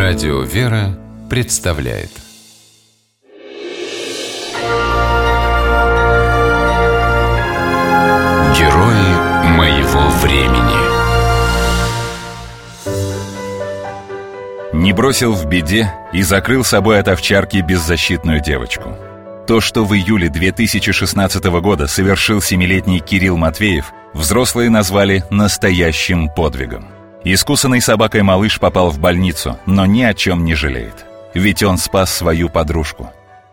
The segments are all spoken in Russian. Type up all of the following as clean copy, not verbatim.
Радио «Вера» представляет Герои моего времени. Не бросил в беде и закрыл собой от овчарки беззащитную девочку. То, что в июле 2016 года совершил 7-летний Кирилл Матвеев, взрослые назвали настоящим подвигом. Искусанный собакой малыш попал в больницу, но ни о чем не жалеет. Ведь он спас свою подружку.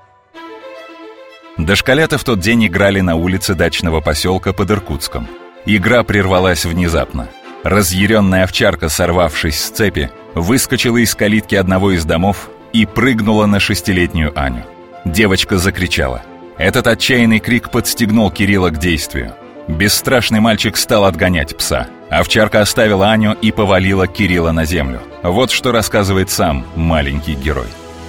Дошколята в тот день играли на улице дачного поселка под Иркутском. Игра прервалась внезапно. Разъяренная овчарка, сорвавшись с цепи, выскочила из калитки одного из домов и прыгнула на 6-летнюю Аню. Девочка закричала. Этот отчаянный крик подстегнул Кирилла к действию. Бесстрашный мальчик стал отгонять пса. Овчарка оставила Аню и повалила Кирилла на землю. Вот что рассказывает сам маленький герой.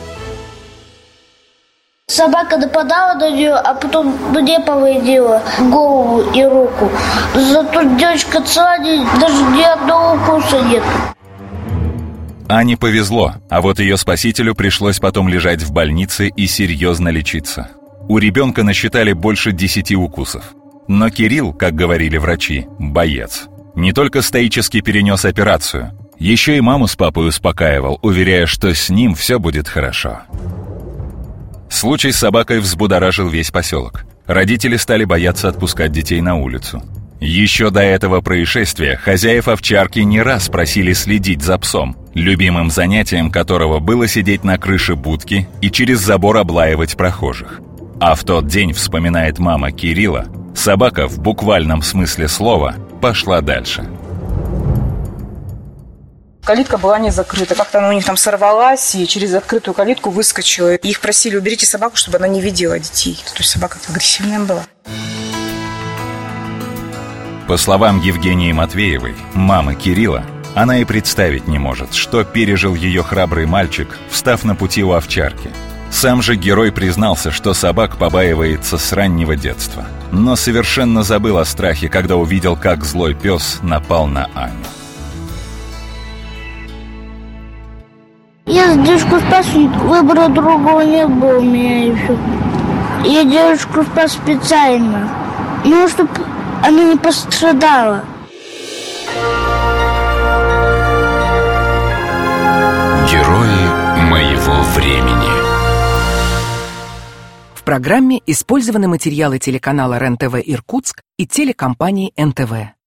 Собака нападала на нее, а потом мне повредила голову и руку. Зато девочка цела, даже ни одного укуса нет. Ане повезло, а вот ее спасителю пришлось потом лежать в больнице и серьезно лечиться. У ребенка насчитали больше 10 укусов. Но Кирилл, как говорили врачи, боец. Не только стоически перенес операцию, еще и маму с папой успокаивал, уверяя, что с ним все будет хорошо. Случай с собакой взбудоражил весь поселок. Родители стали бояться отпускать детей на улицу. Еще до этого происшествия хозяев овчарки не раз просили следить за псом, любимым занятием которого было сидеть на крыше будки и через забор облаивать прохожих. А в тот день, вспоминает мама Кирилла, собака в буквальном смысле слова пошла дальше. Калитка была не закрыта. Как-то она у них там сорвалась и через открытую калитку выскочила. И их просили: уберите собаку, чтобы она не видела детей. То есть собака агрессивная была. По словам Евгении Матвеевой, мамы Кирилла, она и представить не может, что пережил ее храбрый мальчик, встав на пути у овчарки. Сам же герой признался, что собак побаивается с раннего детства, но совершенно забыл о страхе, когда увидел, как злой пес напал на Аню. Я девушку спас, выбора другого не было у меня еще. Я девушку спас специально, чтобы она не пострадала. Герои моего времени. В программе использованы материалы телеканала РЕН-ТВ Иркутск и телекомпании НТВ.